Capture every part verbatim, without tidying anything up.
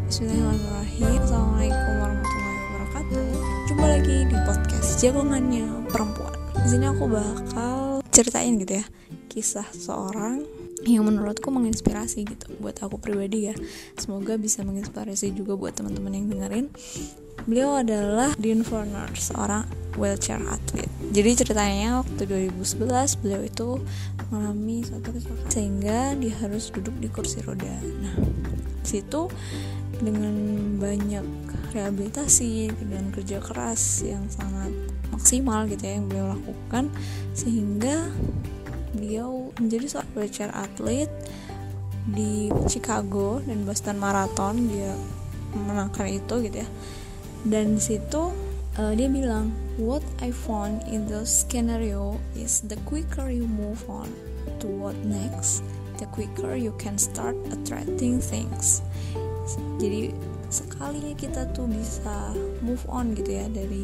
Bismillahirrahmanirrahim. Assalamualaikum warahmatullahi wabarakatuh. Jumpa lagi di podcast Jagongannya Perempuan. Di sini aku bakal ceritain gitu ya, kisah seorang yang menurutku menginspirasi gitu buat aku pribadi ya. Semoga bisa menginspirasi juga buat teman-teman yang dengerin. Beliau adalah Dean Forner, seorang wheelchair athlete. Jadi ceritanya waktu dua ribu sebelas beliau itu mengalami suatu kecelakaan sehingga dia harus duduk di kursi roda. Nah, di situ dengan banyak rehabilitasi, dengan kerja keras yang sangat maksimal gitu ya yang beliau lakukan, sehingga beliau menjadi seorang wheelchair athlete di Chicago dan Boston Marathon. Dia memenangkan itu gitu ya. Dan di situ uh, dia bilang, what I found in those scenario is the quicker you move on to what next, the quicker you can start attracting things. Jadi sekalinya kita tuh bisa move on gitu ya dari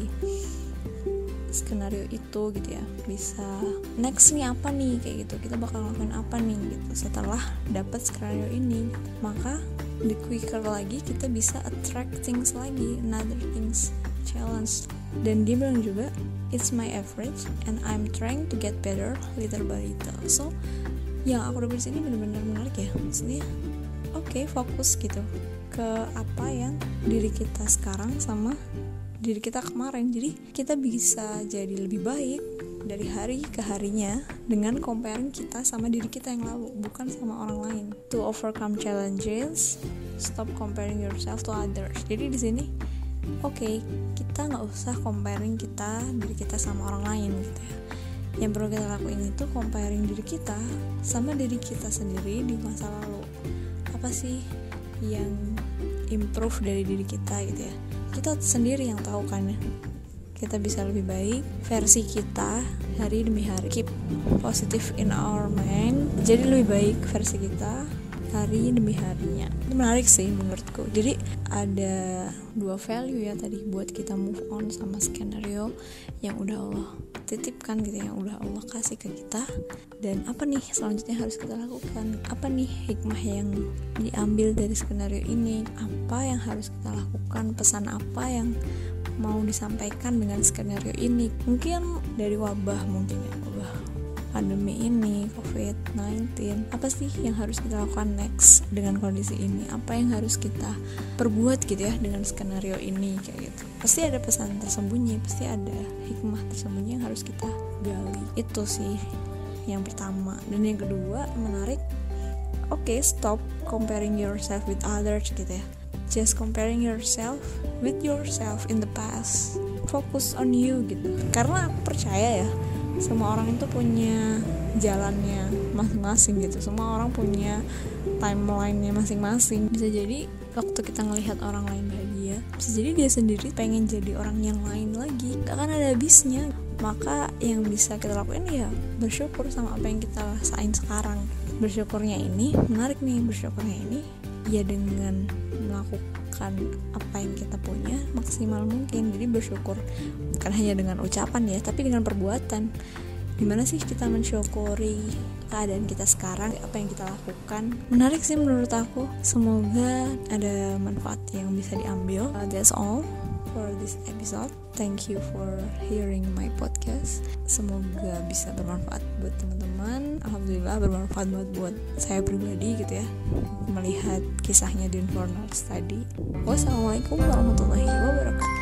skenario itu gitu ya, bisa next nih apa nih kayak gitu, kita bakal ngelakuin apa nih gitu setelah dapat skenario ini. Maka the quicker lagi kita bisa attract things lagi, another things, challenge. Dan dia bilang juga, it's my average and I'm trying to get better little by little. So yang aku dapat di sini benar-benar menarik ya, maksudnya oke okay, fokus gitu ke apa yang diri kita sekarang sama diri kita kemarin. Jadi kita bisa jadi lebih baik dari hari ke harinya dengan comparing kita sama diri kita yang lalu, bukan sama orang lain. To overcome challenges, stop comparing yourself to others. Jadi di sini oke okay, kita nggak usah comparing kita diri kita sama orang lain gitu ya. Yang perlu kita lakuin itu comparing diri kita sama diri kita sendiri di masa lalu. Apa sih yang improve dari diri kita gitu ya, kita sendiri yang tahu kan ya. Kita bisa lebih baik versi kita hari demi hari. Keep positive in our mind. Jadi lebih baik versi kita hari demi harinya. Itu menarik sih menurutku. Jadi ada dua value ya tadi buat kita move on sama skenario yang udah Allah titipkan gitu, yang udah Allah kasih ke kita. Dan apa nih selanjutnya harus kita lakukan, apa nih hikmah yang diambil dari skenario ini, apa yang harus kita lakukan, pesan apa yang mau disampaikan dengan skenario ini. Mungkin dari wabah, mungkin ya wabah pandemi ini, covid sembilan belas, apa sih yang harus kita lakukan next dengan kondisi ini, apa yang harus kita perbuat gitu ya dengan skenario ini kayak gitu. Pasti ada pesan tersembunyi, pasti ada hikmah tersembunyi yang harus kita gali. Itu sih yang pertama. Dan yang kedua menarik, oke okay, stop comparing yourself with others gitu ya. Just comparing yourself with yourself in the past. Focus on you gitu. Karena aku percaya ya, semua orang itu punya jalannya masing-masing gitu. Semua orang punya timeline-nya masing-masing. Bisa jadi waktu kita ngelihat orang lain bahagia, bisa jadi dia sendiri pengen jadi orang yang lain lagi. Gak akan ada habisnya. Maka yang bisa kita lakuin ya bersyukur sama apa yang kita rasain sekarang. Bersyukurnya ini menarik nih, bersyukurnya ini ya dengan melakukan apa yang kita punya maksimal mungkin. Jadi bersyukur bukan hanya dengan ucapan ya, tapi dengan perbuatan. Gimana sih kita mensyukuri keadaan kita sekarang, apa yang kita lakukan. Menarik sih menurut aku. Semoga ada manfaat yang bisa diambil. uh, That's all for this episode. Thank you for hearing my podcast. Semoga bisa bermanfaat buat teman-teman. Alhamdulillah bermanfaat buat buat saya pribadi gitu ya, melihat kisahnya Dean Forner tadi. Wassalamualaikum warahmatullahi wabarakatuh.